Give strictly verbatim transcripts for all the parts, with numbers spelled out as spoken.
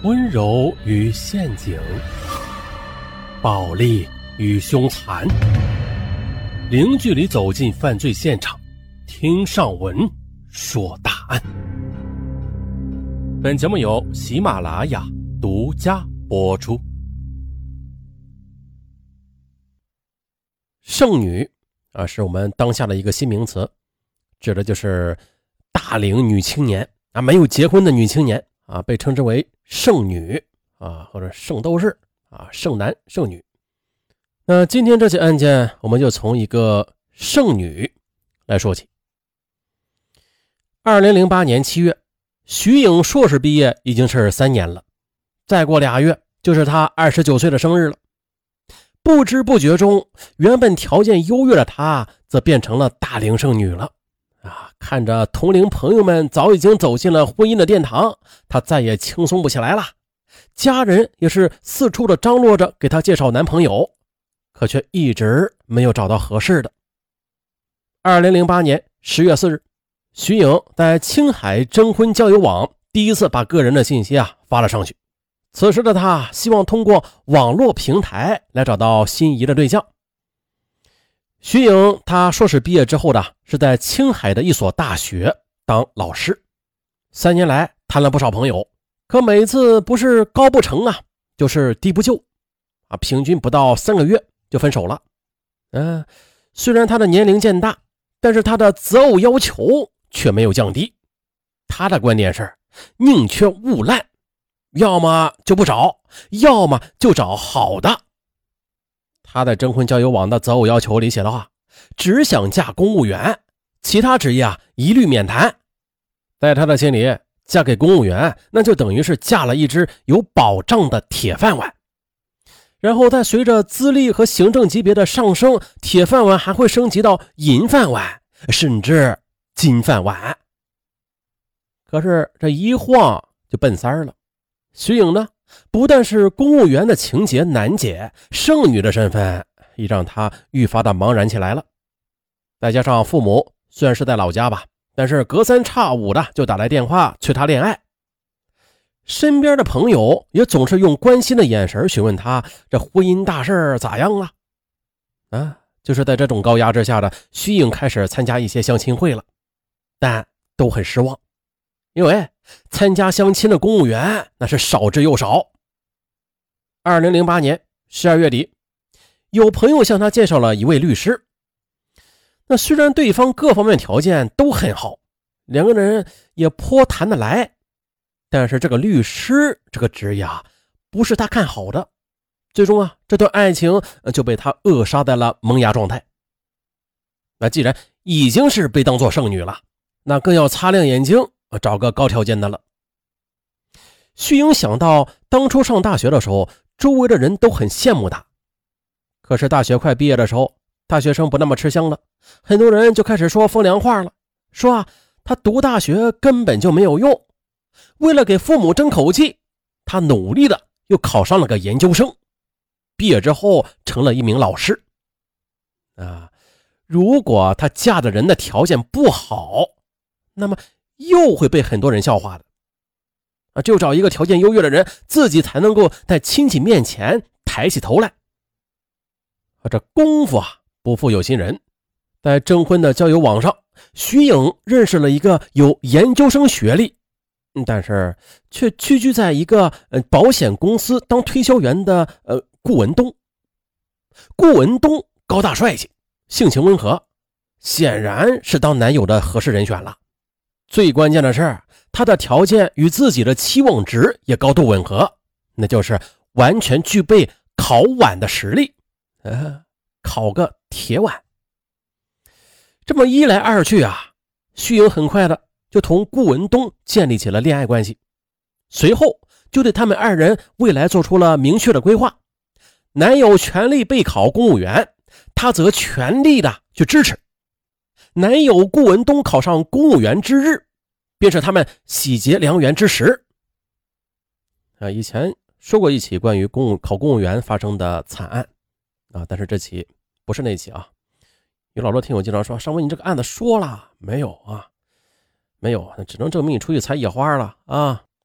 温柔与陷阱，暴力与凶残，零距离走进犯罪现场，听上文说大案。本节目由喜马拉雅独家播出。剩女啊，是我们当下的一个新名词，指的就是大龄女青年啊，没有结婚的女青年啊，被称之为剩女啊，或者剩都是啊，剩男剩女。那今天这起案件，我们就从一个剩女来说起。二零零八年七月，徐颖硕士毕业已经是三年了，再过俩月就是她二十九岁的生日了。不知不觉中，原本条件优越的她则变成了大龄剩女了啊！看着同龄朋友们早已经走进了婚姻的殿堂，她再也轻松不起来了。家人也是四处的张罗着给她介绍男朋友，可却一直没有找到合适的。二零零八年十月四日，徐颖在青海征婚交友网第一次把个人的信息啊发了上去。此时的她希望通过网络平台来找到心仪的对象。徐颖她硕士毕业之后的是在青海的一所大学当老师，三年来谈了不少朋友，可每次不是高不成啊，就是低不就啊，平均不到三个月就分手了。嗯，虽然她的年龄渐大，但是她的择偶要求却没有降低。她的观点是宁缺毋滥，要么就不找，要么就找好的。他在征婚交友网的择偶要求里写的话，只想嫁公务员，其他职业啊一律免谈。在他的心里，嫁给公务员那就等于是嫁了一只有保障的铁饭碗。然后再随着资历和行政级别的上升，铁饭碗还会升级到银饭碗，甚至金饭碗。可是这一晃就奔三了。徐颖呢，不但是公务员的情节难解，剩女的身份也让她愈发的茫然起来了。再加上父母虽然是在老家吧，但是隔三差五的就打来电话催她恋爱。身边的朋友也总是用关心的眼神询问她这婚姻大事咋样了啊？就是在这种高压之下的，徐颖开始参加一些相亲会了，但都很失望。因为参加相亲的公务员那是少之又少。二零零八年十二月底，有朋友向他介绍了一位律师。那虽然对方各方面条件都很好，两个人也颇谈得来，但是这个律师这个职业啊，不是他看好的。最终啊，这段爱情就被他扼杀在了萌芽状态。那既然已经是被当作剩女了，那更要擦亮眼睛，找个高条件的了。徐颖想到当初上大学的时候，周围的人都很羡慕他。可是大学快毕业的时候，大学生不那么吃香了，很多人就开始说风凉话了，说啊，他读大学根本就没有用。为了给父母争口气，他努力的又考上了个研究生，毕业之后成了一名老师。啊，如果他嫁的人的条件不好，那么又会被很多人笑话的啊！就找一个条件优越的人，自己才能够在亲戚面前抬起头来。啊，这功夫啊，不负有心人，在征婚的交友网上，徐颖认识了一个有研究生学历，但是却屈居在一个呃保险公司当推销员的呃顾文东。顾文东高大帅气，性情温和，显然是当男友的合适人选了。最关键的是，他的条件与自己的期望值也高度吻合，那就是完全具备烤碗的实力，呃，烤个铁碗。这么一来二去啊，徐颖很快的就同顾文东建立起了恋爱关系，随后就对他们二人未来做出了明确的规划。男友全力备考公务员，他则全力的去支持。男友顾文东考上公务员之日，便是他们喜结良缘之时。啊，以前说过一起关于公务考公务员发生的惨案啊，但是这起不是那起啊。有老多听友经常说，上文你这个案子说了没有啊？没有，只能证明你出去采野花了啊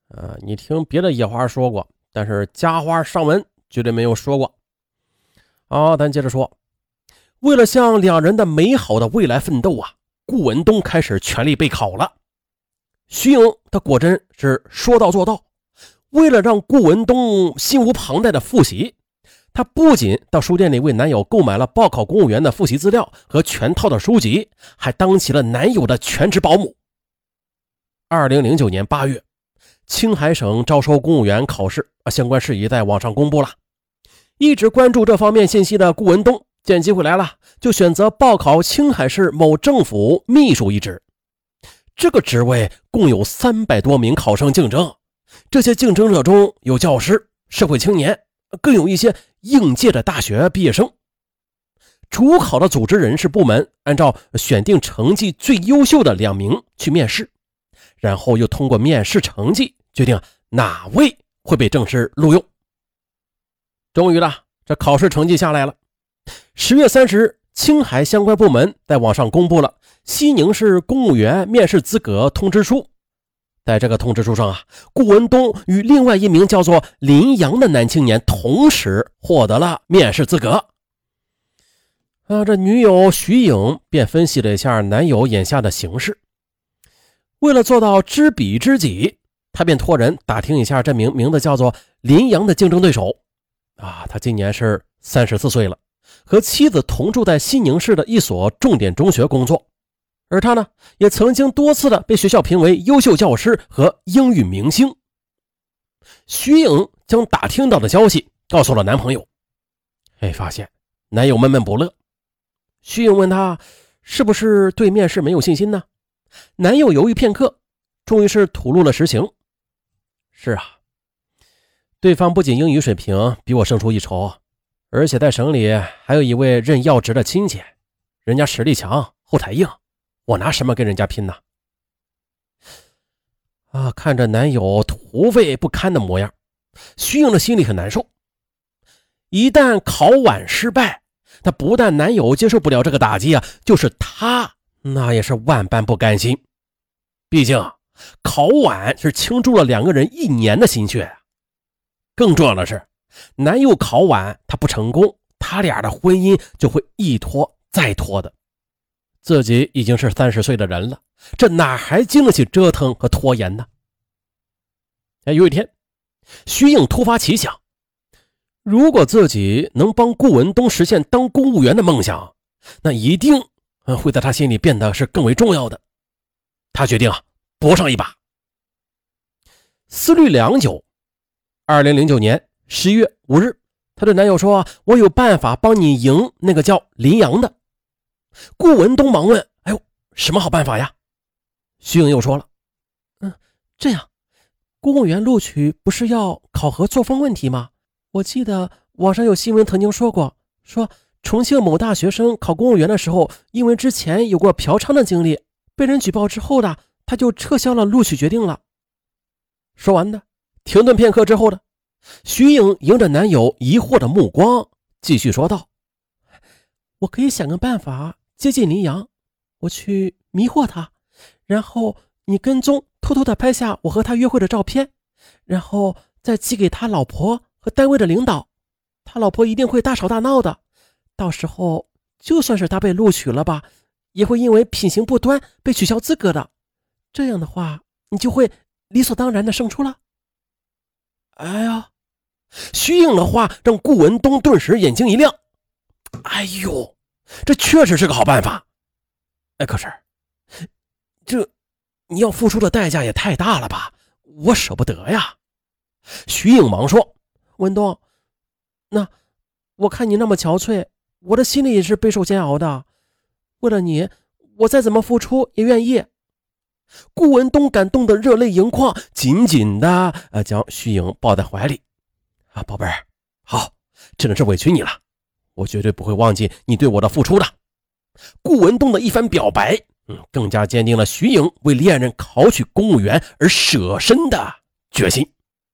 呃，你听别的野花说过，但是家花上文绝对没有说过。好，咱接着说，为了向两人的美好的未来奋斗啊，顾文东开始全力备考了。徐颖他果真是说到做到，为了让顾文东心无旁贷的复习，他不仅到书店里为男友购买了报考公务员的复习资料和全套的书籍，还当起了男友的全职保姆。二零零九年八月，青海省招收公务员考试相关事宜在网上公布了。一直关注这方面信息的顾文东见机会来了，就选择报考青海市某政府秘书一职。这个职位共有三百多名考生竞争，这些竞争者中有教师、社会青年，更有一些应届的大学毕业生。主考的组织人事部门按照选定成绩最优秀的两名去面试，然后又通过面试成绩决定哪位会被正式录用。终于了，这考试成绩下来了。十月三十日，青海相关部门在网上公布了西宁市公务员面试资格通知书。在这个通知书上啊，顾文东与另外一名叫做林阳的男青年同时获得了面试资格。啊，这女友徐颖便分析了一下男友眼下的形势。为了做到知彼知己，他便托人打听一下这名名字叫做林阳的竞争对手。啊，他今年是三十四岁了，和妻子同住在西宁市的一所重点中学工作。而他呢，也曾经多次的被学校评为优秀教师和英语明星。徐颖将打听到的消息告诉了男朋友，哎，发现男友闷闷不乐。徐颖问他是不是对面试没有信心呢？男友犹豫片刻，终于是吐露了实情。是啊，对方不仅英语水平比我胜出一筹，而且在省里还有一位任要职的亲戚，人家实力强，后台硬，我拿什么跟人家拼呢？啊，看着男友颓废不堪的模样，徐颖的心里很难受。一旦考晚失败，她不但男友接受不了这个打击啊，就是她那也是万般不甘心。毕竟考晚是倾注了两个人一年的心血啊。更重要的是，男友考晚他不成功，他俩的婚姻就会一拖再拖的。自己已经是三十岁的人了，这哪还经得起折腾和拖延呢？哎，有一天，徐颖突发奇想，如果自己能帮顾文东实现当公务员的梦想，那一定会在他心里变得是更为重要的。他决定啊，搏上一把。思虑良久，二零零九年十一月五日，她对男友说：“我有办法帮你赢那个叫林阳的。”顾文东忙问：“哎呦，什么好办法呀？”徐颖又说了：“嗯，这样，公务员录取不是要考核作风问题吗？我记得网上有新闻曾经说过，说重庆某大学生考公务员的时候，因为之前有过嫖娼的经历，被人举报之后的，他就撤销了录取决定了。”说完的，停顿片刻之后的，徐颖迎着男友疑惑的目光，继续说道：“我可以想个办法接近林阳，我去迷惑他，然后你跟踪偷偷的拍下我和他约会的照片，然后再寄给他老婆和单位的领导，他老婆一定会大吵大闹的，到时候就算是他被录取了吧，也会因为品行不端被取消资格的，这样的话你就会理所当然的胜出了。”哎呀，徐颖的话让顾文东顿时眼睛一亮。哎呦，这确实是个好办法。哎，可是这你要付出的代价也太大了吧，我舍不得呀。徐颖忙说：“文东，那我看你那么憔悴，我的心里也是备受煎熬的，为了你，我再怎么付出也愿意。”顾文东感动得热泪盈眶，紧紧的呃将徐颖抱在怀里。啊，宝贝儿，好，真的是委屈你了，我绝对不会忘记你对我的付出的。顾文东的一番表白，嗯，更加坚定了徐颖为恋人考取公务员而舍身的决心。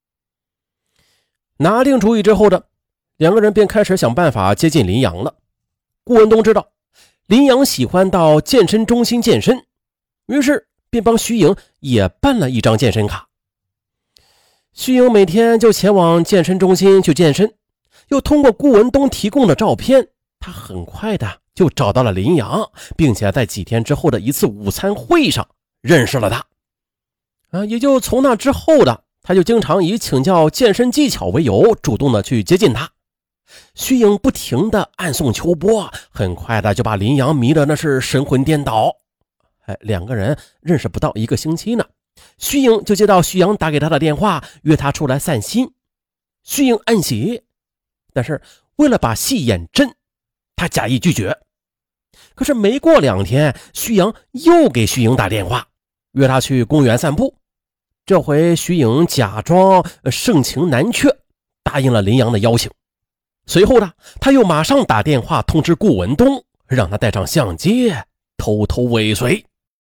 拿定主意之后的，两个人便开始想办法接近林阳了。顾文东知道林阳喜欢到健身中心健身，于是便帮徐颖也办了一张健身卡。 徐颖每天就前往健身中心去健身，又通过顾文东提供的照片，他很快的就找到了林阳，并且在几天之后的一次午餐会上认识了他。啊，也就从那之后的，他就经常以请教健身技巧为由，主动的去接近他。徐颖不停的暗送秋波，很快的就把林阳迷得那是神魂颠倒。哎，两个人认识不到一个星期呢，徐颖就接到徐阳打给他的电话，约他出来散心。徐颖暗喜，但是为了把戏演真，他假意拒绝。可是没过两天，徐阳又给徐颖打电话，约他去公园散步。这回徐颖假装盛情难却，答应了林阳的邀请。随后呢，他又马上打电话通知顾文东，让他带上相机偷偷尾随。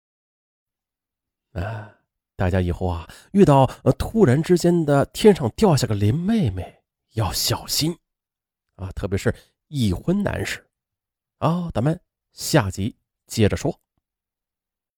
啊，大家以后啊，遇到突然之间的天上掉下个林妹妹要小心啊，特别是已婚男士。好，咱们下集接着说。